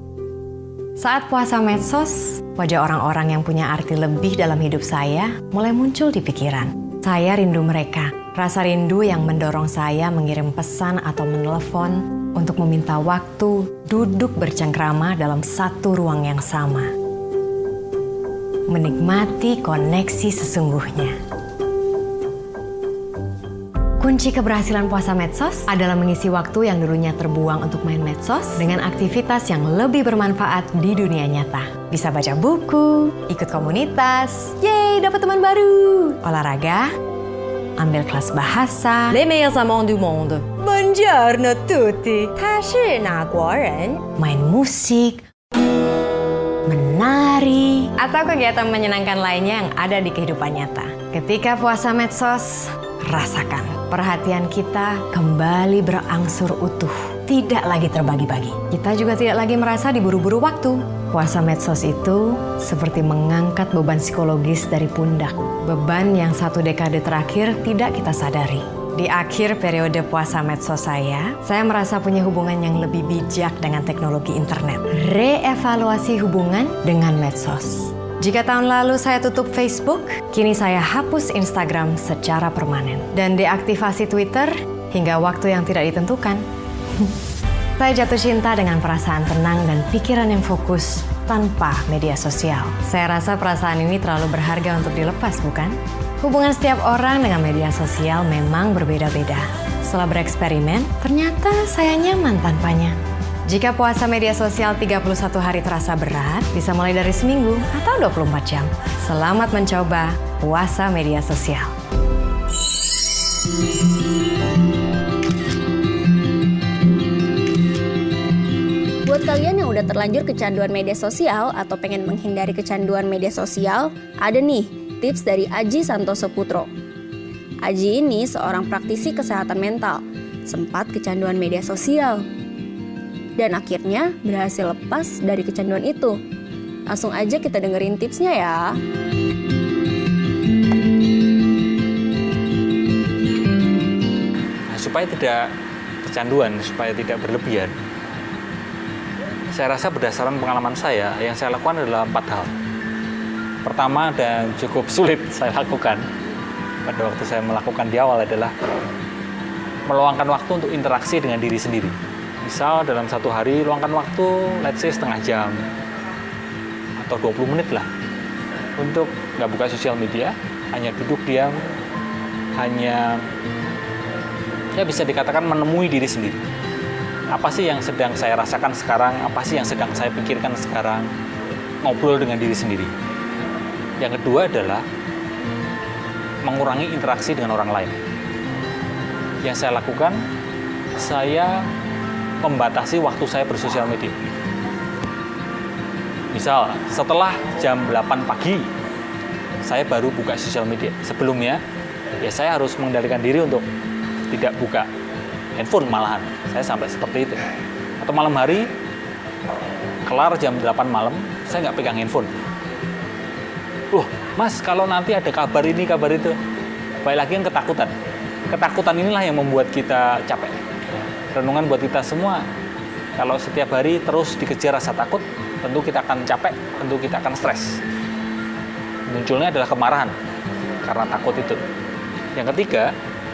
Saat puasa medsos, wajah orang-orang yang punya arti lebih dalam hidup saya mulai muncul di pikiran. Saya rindu mereka, rasa rindu yang mendorong saya mengirim pesan atau menelepon untuk meminta waktu duduk bercengkrama dalam satu ruang yang sama. Menikmati koneksi sesungguhnya. Kunci keberhasilan puasa medsos adalah mengisi waktu yang dulunya terbuang untuk main medsos dengan aktivitas yang lebih bermanfaat di dunia nyata. Bisa baca buku, ikut komunitas, yeay dapat teman baru, olahraga, ambil kelas bahasa, les meilleurs amants du monde, buongiorno tutti, 他是哪国人, main musik, menari, atau kegiatan menyenangkan lainnya yang ada di kehidupan nyata. Ketika puasa medsos, rasakan perhatian kita kembali berangsur utuh, tidak lagi terbagi-bagi. Kita juga tidak lagi merasa diburu-buru waktu. Puasa medsos itu seperti mengangkat beban psikologis dari pundak. Beban yang satu dekade terakhir tidak kita sadari. Di akhir periode puasa medsos saya, saya merasa punya hubungan yang lebih bijak dengan teknologi internet. Reevaluasi hubungan dengan medsos. Jika tahun lalu saya tutup Facebook, kini saya hapus Instagram secara permanen. Dan deaktivasi Twitter hingga waktu yang tidak ditentukan. Saya jatuh cinta dengan perasaan tenang dan pikiran yang fokus tanpa media sosial. Saya rasa perasaan ini terlalu berharga untuk dilepas, bukan? Hubungan setiap orang dengan media sosial memang berbeda-beda. Setelah bereksperimen, ternyata saya nyaman tanpanya. Jika puasa media sosial tiga puluh satu hari terasa berat, bisa mulai dari seminggu atau dua puluh empat jam. Selamat mencoba puasa media sosial. Buat kalian yang udah terlanjur kecanduan media sosial atau pengen menghindari kecanduan media sosial, ada nih tips dari Aji Santoso Putro. Aji ini seorang praktisi kesehatan mental, sempat kecanduan media sosial. dan akhirnya berhasil lepas dari kecanduan itu. Langsung aja kita dengerin tipsnya ya. Nah, supaya tidak kecanduan, supaya tidak berlebihan, saya rasa berdasarkan pengalaman saya, yang saya lakukan adalah empat hal. Pertama dan cukup sulit saya lakukan pada waktu saya melakukan di awal adalah meluangkan waktu untuk interaksi dengan diri sendiri. Misal dalam satu hari luangkan waktu, let's say setengah jam atau dua puluh menit lah untuk nggak buka sosial media, hanya duduk diam, hanya ya bisa dikatakan menemui diri sendiri. Apa sih yang sedang saya rasakan sekarang, apa sih yang sedang saya pikirkan sekarang, ngobrol dengan diri sendiri. Yang kedua adalah mengurangi interaksi dengan orang lain. Yang saya lakukan, saya membatasi waktu saya bersosial media. Misal, setelah jam delapan pagi, saya baru buka sosial media. Sebelumnya, ya saya harus mengendalikan diri untuk tidak buka handphone malahan. Saya sampai seperti itu. Atau malam hari, kelar jam delapan malam, saya nggak pegang handphone. Loh, Mas, kalau nanti ada kabar ini, kabar itu. Baik lagi kan ketakutan. Ketakutan inilah yang membuat kita capek. Renungan buat kita semua. Kalau setiap hari terus dikejar rasa takut, tentu kita akan capek, tentu kita akan stres. Munculnya adalah kemarahan karena takut itu. Yang ketiga,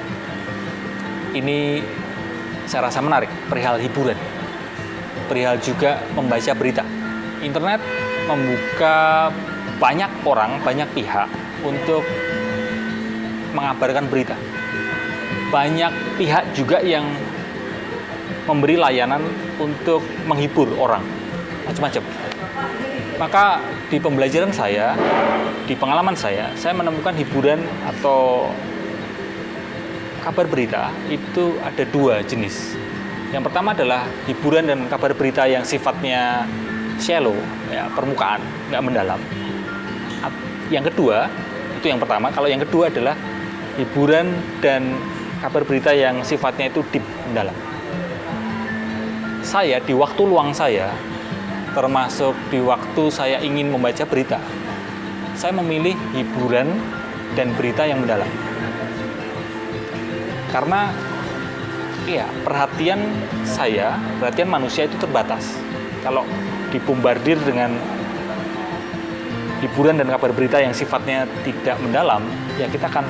ini saya rasa menarik, perihal hiburan. Perihal juga membaca berita. Internet membuka banyak orang, banyak pihak untuk mengabarkan berita. Banyak pihak juga yang memberi layanan untuk menghibur orang, macam-macam. Maka di pembelajaran saya, di pengalaman saya, saya menemukan hiburan atau kabar berita itu ada dua jenis. Yang pertama adalah hiburan dan kabar berita yang sifatnya shallow, ya, permukaan, nggak mendalam. Yang kedua, itu yang pertama. Kalau yang kedua adalah hiburan dan kabar berita yang sifatnya itu deep, mendalam. Saya di waktu luang saya, termasuk di waktu saya ingin membaca berita, saya memilih hiburan dan berita yang mendalam. Karena ya, perhatian saya, perhatian manusia itu terbatas. Kalau dibombardir dengan hiburan dan kabar berita yang sifatnya tidak mendalam, ya kita akan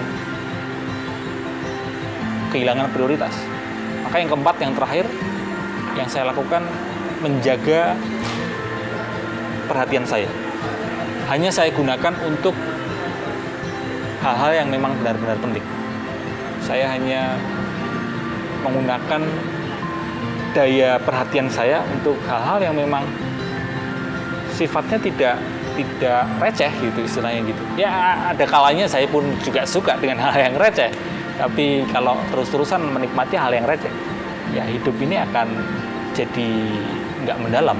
kehilangan prioritas. Maka yang keempat, yang terakhir, yang saya lakukan menjaga perhatian saya. Hanya saya gunakan untuk hal-hal yang memang benar-benar penting. Saya hanya menggunakan daya perhatian saya untuk hal-hal yang memang sifatnya tidak tidak receh gitu, istilahnya gitu. Ya ada kalanya saya pun juga suka dengan hal yang receh. Tapi kalau terus-terusan menikmati hal yang receh, ya hidup ini akan jadi nggak mendalam.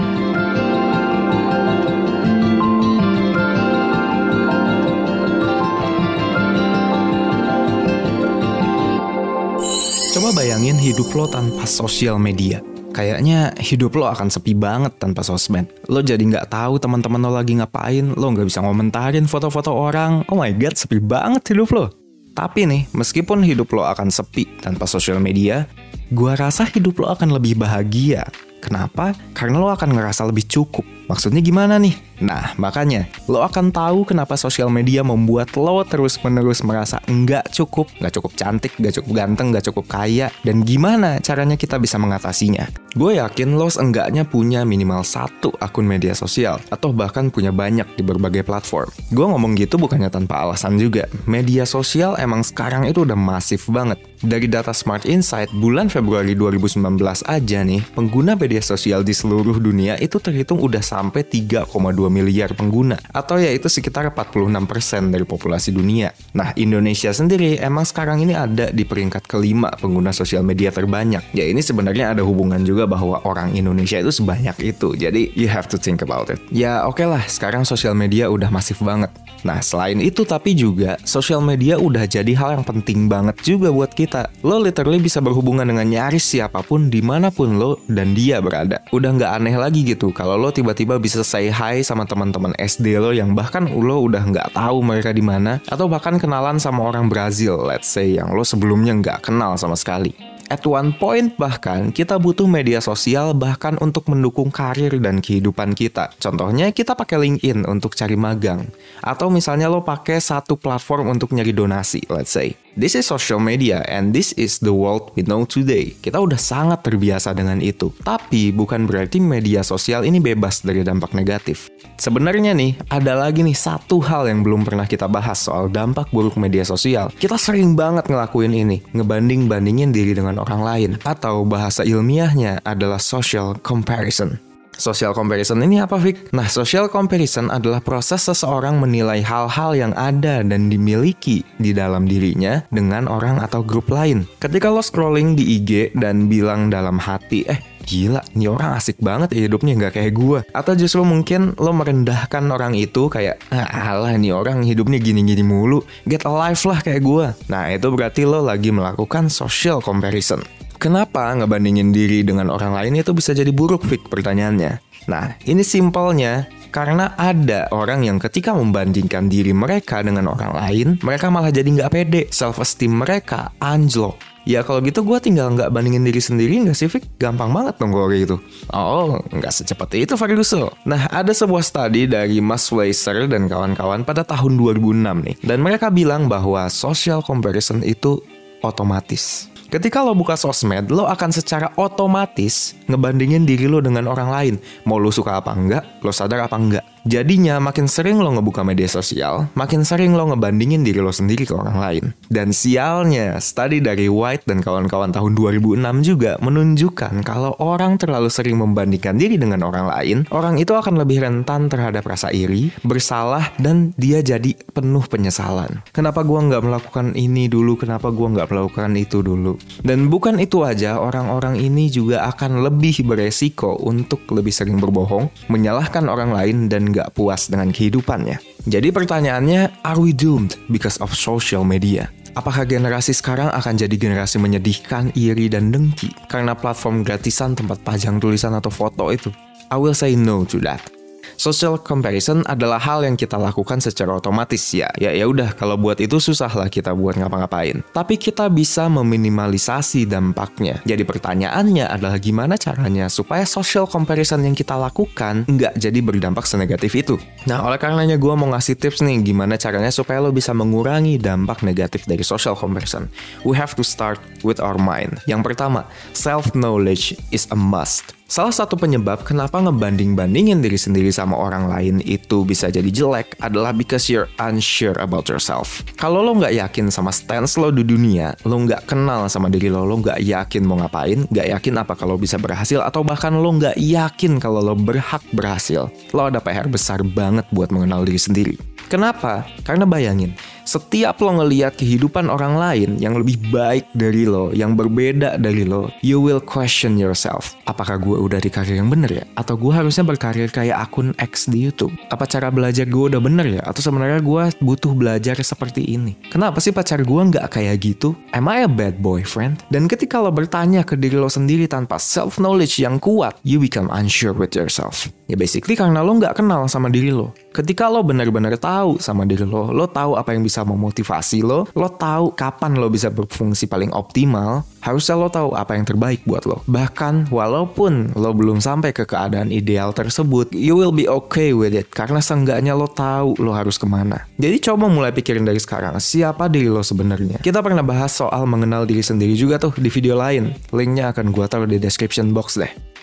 Coba bayangin hidup lo tanpa sosial media. Kayaknya hidup lo akan sepi banget tanpa sosmed. Lo jadi nggak tahu teman-teman lo lagi ngapain, lo nggak bisa ngomentarin foto-foto orang. Oh my god, sepi banget hidup lo. Tapi nih, meskipun hidup lo akan sepi tanpa sosial media, gua rasa hidup lo akan lebih bahagia. Kenapa? Karena lo akan ngerasa lebih cukup. Maksudnya gimana nih? Nah, makanya lo akan tahu kenapa sosial media membuat lo terus-menerus merasa enggak cukup, nggak cukup cantik, nggak cukup ganteng, nggak cukup kaya, dan gimana caranya kita bisa mengatasinya. Gue yakin lo seenggaknya punya minimal satu akun media sosial, atau bahkan punya banyak di berbagai platform. Gue ngomong gitu bukannya tanpa alasan juga. Media sosial emang sekarang itu udah masif banget. Dari data Smart Insight, bulan Februari dua ribu sembilan belas aja nih, pengguna media sosial di seluruh dunia itu terhitung udah sampai tiga koma dua miliar pengguna, atau yaitu sekitar empat puluh enam persen dari populasi dunia. Nah, Indonesia sendiri emang sekarang ini ada di peringkat kelima pengguna sosial media terbanyak. Ya ini sebenarnya ada hubungan juga bahwa orang Indonesia itu sebanyak itu. Jadi you have to think about it. Ya oke okay lah, sekarang sosial media udah masif banget. Nah, selain itu tapi juga sosial media udah jadi hal yang penting banget juga buat kita. Lo literally bisa berhubungan dengan nyaris siapapun dimanapun lo dan dia berada. Udah nggak aneh lagi gitu kalau lo tiba-tiba bisa say hi sama teman-teman S D lo yang bahkan lo udah nggak tahu mereka di mana, atau bahkan kenalan sama orang Brazil, let's say, yang lo sebelumnya nggak kenal sama sekali. At one point bahkan kita butuh media sosial bahkan untuk mendukung karir dan kehidupan kita. Contohnya kita pakai LinkedIn untuk cari magang, atau misalnya lo pakai satu platform untuk nyari donasi, let's say. This is social media and this is the world we know today. Kita udah sangat terbiasa dengan itu. Tapi bukan berarti media sosial ini bebas dari dampak negatif. Sebenarnya nih, ada lagi nih satu hal yang belum pernah kita bahas soal dampak buruk media sosial. Kita sering banget ngelakuin ini, ngebanding-bandingin diri dengan orang lain. Atau bahasa ilmiahnya adalah social comparison. Social comparison ini apa, Vic? Nah, social comparison adalah proses seseorang menilai hal-hal yang ada dan dimiliki di dalam dirinya dengan orang atau grup lain. Ketika lo scrolling di I G dan bilang dalam hati, eh gila, nih orang asik banget ya hidupnya, nggak kayak gue. Atau justru mungkin lo merendahkan orang itu kayak, ah alah nih orang hidupnya gini-gini mulu, get a life lah kayak gue. Nah, itu berarti lo lagi melakukan social comparison. Kenapa ngebandingin diri dengan orang lain itu bisa jadi buruk, Vic? Pertanyaannya. Nah, ini simpelnya karena ada orang yang ketika membandingkan diri mereka dengan orang lain, mereka malah jadi nggak pede. Self-esteem mereka anjlok. Ya kalau gitu gue tinggal nggak bandingin diri sendiri nggak sih, Vic? Gampang banget dong gue kayak gitu. Oh, nggak secepat itu, Ferguson. Nah, ada sebuah studi dari Mas Weiser dan kawan-kawan pada tahun dua ribu enam nih. Dan mereka bilang bahwa social comparison itu otomatis. Ketika lo buka sosmed, lo akan secara otomatis ngebandingin diri lo dengan orang lain. Mau lo suka apa enggak, lo sadar apa enggak. Jadinya makin sering lo ngebuka media sosial, makin sering lo ngebandingin diri lo sendiri ke orang lain. Dan sialnya, studi dari White dan kawan-kawan tahun dua ribu enam juga menunjukkan kalau orang terlalu sering membandingkan diri dengan orang lain, orang itu akan lebih rentan terhadap rasa iri, bersalah, dan dia jadi penuh penyesalan. Kenapa gua nggak melakukan ini dulu, kenapa gua nggak melakukan itu dulu. Dan bukan itu aja, orang-orang ini juga akan lebih beresiko untuk lebih sering berbohong, menyalahkan orang lain, dan gak puas dengan kehidupannya. Jadi pertanyaannya, are we doomed because of social media? Apakah generasi sekarang akan jadi generasi menyedihkan, iri, dan dengki karena platform gratisan tempat pajang tulisan atau foto itu? I will say no to that. Social comparison adalah hal yang kita lakukan secara otomatis ya. Ya ya udah, kalau buat itu susah lah kita buat ngapa-ngapain. Tapi kita bisa meminimalisasi dampaknya. Jadi pertanyaannya adalah gimana caranya supaya social comparison yang kita lakukan nggak jadi berdampak senegatif itu. Nah, oleh karenanya gue mau ngasih tips nih gimana caranya supaya lo bisa mengurangi dampak negatif dari social comparison. We have to start with our mind. Yang pertama, self-knowledge is a must. Salah satu penyebab kenapa ngebanding-bandingin diri sendiri sama orang lain itu bisa jadi jelek adalah because you're unsure about yourself. Kalau lo nggak yakin sama stance lo di dunia, lo nggak kenal sama diri lo, lo nggak yakin mau ngapain, nggak yakin apa kalau bisa berhasil, atau bahkan lo nggak yakin kalau lo berhak berhasil, lo ada P R besar banget buat mengenal diri sendiri. Kenapa? Karena bayangin, setiap lo ngelihat kehidupan orang lain yang lebih baik dari lo, yang berbeda dari lo, you will question yourself. Apakah gue udah di karir yang bener ya? Atau gue harusnya berkarir kayak akun X di YouTube? Apa cara belajar gue udah bener ya? Atau sebenarnya gue butuh belajar seperti ini? Kenapa sih pacar gue nggak kayak gitu? Am I a bad boyfriend? Dan ketika lo bertanya ke diri lo sendiri tanpa self-knowledge yang kuat, you become unsure with yourself. Ya basically karena lo nggak kenal sama diri lo. Ketika lo benar-benar tahu sama diri lo, lo tahu apa yang bisa memotivasi lo, lo tahu kapan lo bisa berfungsi paling optimal, harusnya lo tahu apa yang terbaik buat lo. Bahkan walaupun lo belum sampai ke keadaan ideal tersebut, you will be okay with it, karena seenggaknya lo tahu lo harus kemana. Jadi coba mulai pikirin dari sekarang, siapa diri lo sebenarnya. Kita pernah bahas soal mengenal diri sendiri juga tuh di video lain. Linknya akan gua taruh di description box deh.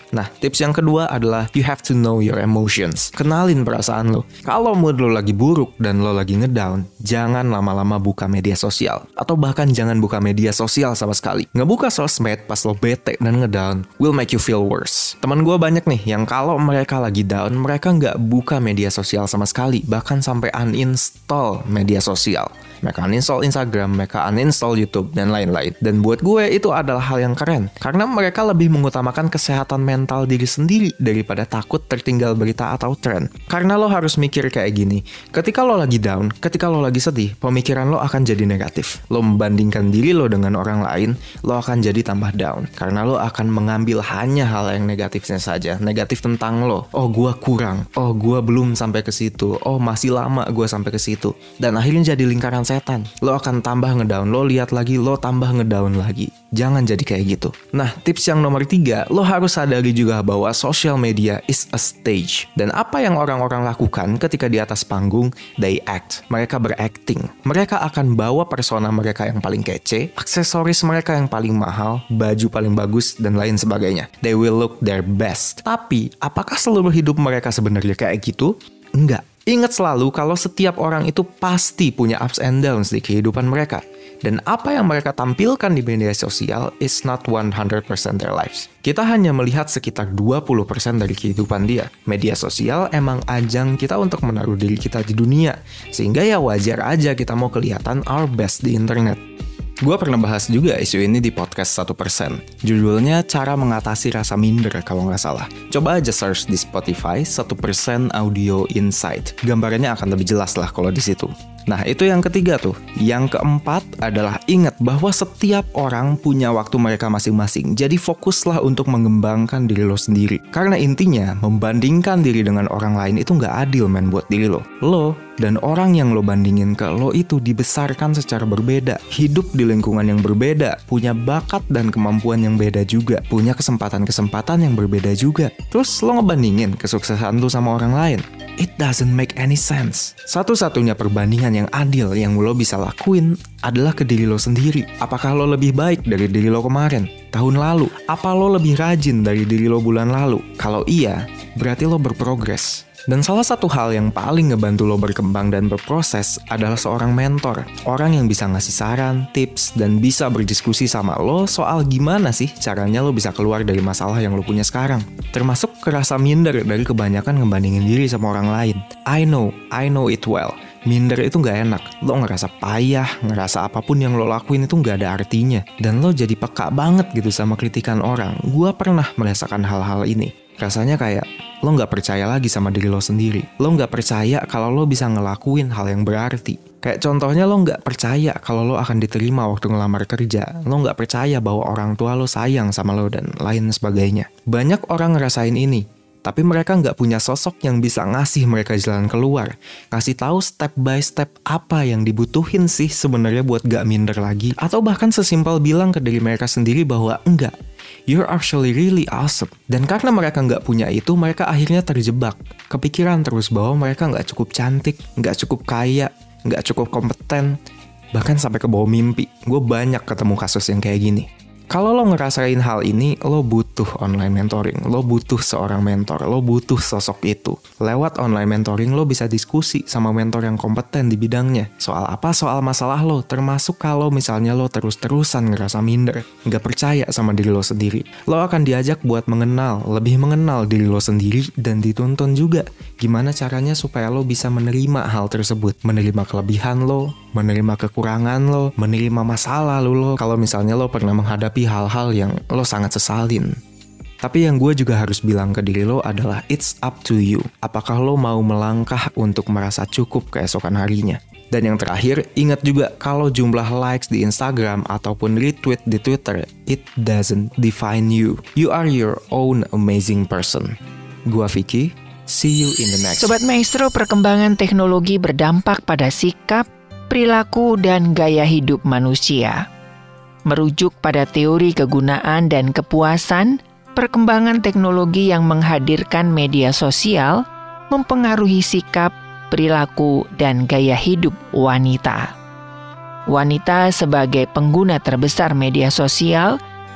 Nah, tips yang kedua adalah you have to know your emotions. Kenalin perasaan lo. Kalau mood lo lagi buruk dan lo lagi ngedown, jangan lama-lama buka media sosial. Atau bahkan jangan buka media sosial sama sekali. Ngebuka sosmed pas lo bete dan ngedown will make you feel worse. Teman gue banyak nih yang kalau mereka lagi down, mereka nggak buka media sosial sama sekali. Bahkan sampai uninstall media sosial. Mereka uninstall Instagram, mereka uninstall YouTube, dan lain-lain. Dan buat gue itu adalah hal yang keren. Karena mereka lebih mengutamakan kesehatan mental diri sendiri daripada takut tertinggal berita atau tren. Karena lo harus mikir kayak gini. Ketika lo lagi down, ketika lo lagi sedih, pemikiran lo akan jadi negatif. Lo membandingkan diri lo dengan orang lain, lo akan jadi tambah down. Karena lo akan mengambil hanya hal yang negatifnya saja. Negatif tentang lo. Oh, gue kurang. Oh, gue belum sampai ke situ. Oh, masih lama gue sampai ke situ. Dan akhirnya jadi lingkaran setan. Lo akan tambah ngedown, lo lihat lagi, lo tambah ngedown lagi. Jangan jadi kayak gitu. Nah, tips yang nomor tiga, lo harus sadari juga bahwa social media is a stage. Dan apa yang orang-orang lakukan ketika di atas panggung, they act. Mereka berakting. Mereka akan bawa persona mereka yang paling kece, aksesoris mereka yang paling mahal, baju paling bagus, dan lain sebagainya. They will look their best. Tapi, apakah seluruh hidup mereka sebenarnya kayak gitu? Enggak. Ingat selalu kalau setiap orang itu pasti punya ups and downs di kehidupan mereka. Dan apa yang mereka tampilkan di media sosial is not one hundred percent their lives. Kita hanya melihat sekitar dua puluh persen dari kehidupan dia. Media sosial emang ajang kita untuk menaruh diri kita di dunia. Sehingga ya wajar aja kita mau kelihatan our best di internet. Gue pernah bahas juga isu ini di podcast satu persen. Judulnya Cara Mengatasi Rasa Minder kalau nggak salah. Coba aja search di Spotify satu persen Audio Insight. Gambarannya akan lebih jelas lah kalau di situ. Nah, itu yang ketiga tuh. Yang keempat adalah ingat bahwa setiap orang punya waktu mereka masing-masing. Jadi fokuslah untuk mengembangkan diri lo sendiri. Karena intinya, membandingkan diri dengan orang lain itu nggak adil men buat diri lo. Lo dan orang yang lo bandingin ke lo itu dibesarkan secara berbeda. Hidup di lingkungan yang berbeda. Punya bakat dan kemampuan yang beda juga. Punya kesempatan-kesempatan yang berbeda juga. Terus lo ngebandingin kesuksesan lo sama orang lain. It doesn't make any sense. Satu-satunya perbandingan yang adil yang lo bisa lakuin adalah ke diri lo sendiri. Apakah lo lebih baik dari diri lo kemarin, tahun lalu? Apa lo lebih rajin dari diri lo bulan lalu? Kalau iya, berarti lo berprogres. Dan salah satu hal yang paling ngebantu lo berkembang dan berproses adalah seorang mentor. Orang yang bisa ngasih saran, tips, dan bisa berdiskusi sama lo soal gimana sih caranya lo bisa keluar dari masalah yang lo punya sekarang. Termasuk kerasa minder dari kebanyakan ngebandingin diri sama orang lain. I know, I know it well. Minder itu gak enak. Lo ngerasa payah, ngerasa apapun yang lo lakuin itu gak ada artinya. Dan lo jadi peka banget gitu sama kritikan orang. Gua pernah merasakan hal-hal ini. Rasanya kayak lo gak percaya lagi sama diri lo sendiri. Lo gak percaya kalau lo bisa ngelakuin hal yang berarti. Kayak contohnya lo gak percaya kalau lo akan diterima waktu ngelamar kerja. Lo gak percaya bahwa orang tua lo sayang sama lo dan lain sebagainya. Banyak orang ngerasain ini. Tapi mereka nggak punya sosok yang bisa ngasih mereka jalan keluar. Ngasih tahu step by step apa yang dibutuhin sih sebenarnya buat gak minder lagi. Atau bahkan sesimpel bilang ke diri mereka sendiri bahwa enggak, you're actually really awesome. Dan karena mereka nggak punya itu, mereka akhirnya terjebak. Kepikiran terus bahwa mereka nggak cukup cantik, nggak cukup kaya, nggak cukup kompeten. Bahkan sampai ke bawah mimpi. Gue banyak ketemu kasus yang kayak gini. Kalau lo ngerasain hal ini, lo butuh online mentoring, lo butuh seorang mentor, lo butuh sosok itu. Lewat online mentoring, lo bisa diskusi sama mentor yang kompeten di bidangnya. Soal apa? Soal masalah lo, termasuk kalau misalnya lo terus-terusan ngerasa minder, nggak percaya sama diri lo sendiri. Lo akan diajak buat mengenal, lebih mengenal diri lo sendiri, dan dituntun juga gimana caranya supaya lo bisa menerima hal tersebut. Menerima kelebihan lo, menerima kekurangan lo, menerima masalah lo. Kalau misalnya lo pernah menghadapi hal-hal yang lo sangat sesalin. Tapi yang gue juga harus bilang ke diri lo adalah it's up to you. Apakah lo mau melangkah untuk merasa cukup keesokan harinya? Dan yang terakhir, ingat juga kalau jumlah likes di Instagram ataupun retweet di Twitter, it doesn't define you. You are your own amazing person. Gua Vicky, see you in the next. Sobat Maestro, perkembangan teknologi berdampak pada sikap, perilaku, dan gaya hidup manusia. Merujuk pada teori kegunaan dan kepuasan, perkembangan teknologi yang menghadirkan media sosial mempengaruhi sikap, perilaku, dan gaya hidup wanita. Wanita sebagai pengguna terbesar media sosial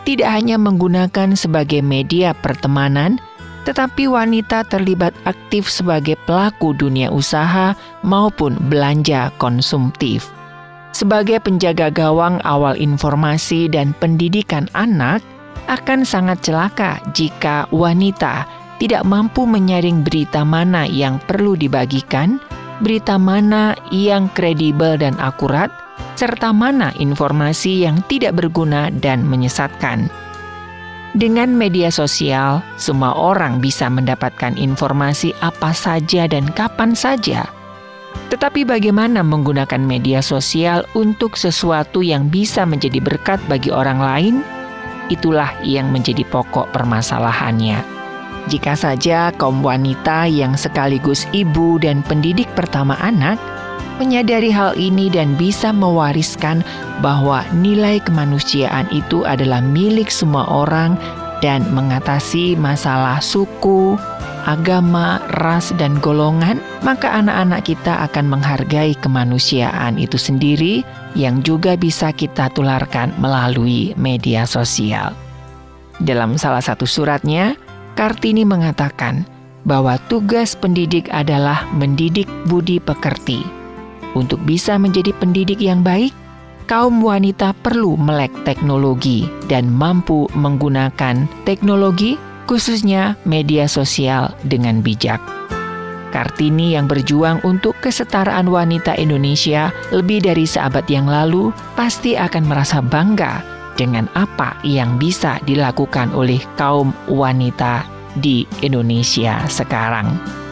tidak hanya menggunakan sebagai media pertemanan, tetapi wanita terlibat aktif sebagai pelaku dunia usaha maupun belanja konsumtif. Sebagai penjaga gawang awal informasi dan pendidikan anak, akan sangat celaka jika wanita tidak mampu menyaring berita mana yang perlu dibagikan, berita mana yang kredibel dan akurat, serta mana informasi yang tidak berguna dan menyesatkan. Dengan media sosial, semua orang bisa mendapatkan informasi apa saja dan kapan saja. Tetapi bagaimana menggunakan media sosial untuk sesuatu yang bisa menjadi berkat bagi orang lain? Itulah yang menjadi pokok permasalahannya. Jika saja kaum wanita yang sekaligus ibu dan pendidik pertama anak menyadari hal ini dan bisa mewariskan bahwa nilai kemanusiaan itu adalah milik semua orang dan mengatasi masalah suku, agama, ras, dan golongan, maka anak-anak kita akan menghargai kemanusiaan itu sendiri yang juga bisa kita tularkan melalui media sosial. Dalam salah satu suratnya, Kartini mengatakan bahwa tugas pendidik adalah mendidik budi pekerti. Untuk bisa menjadi pendidik yang baik, kaum wanita perlu melek teknologi dan mampu menggunakan teknologi, khususnya media sosial, dengan bijak. Kartini yang berjuang untuk kesetaraan wanita Indonesia lebih dari seabad yang lalu pasti akan merasa bangga dengan apa yang bisa dilakukan oleh kaum wanita di Indonesia sekarang.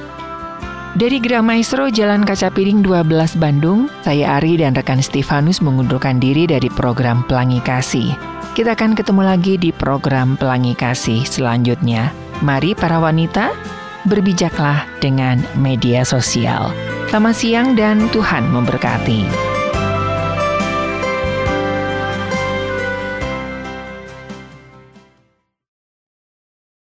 Dari Gerah Maestro Jalan Kaca Piring dua belas Bandung, saya Ari dan rekan Stefanus mengundurkan diri dari program Pelangi Kasih. Kita akan ketemu lagi di program Pelangi Kasih selanjutnya. Mari para wanita, berbijaklah dengan media sosial. Selamat siang dan Tuhan memberkati.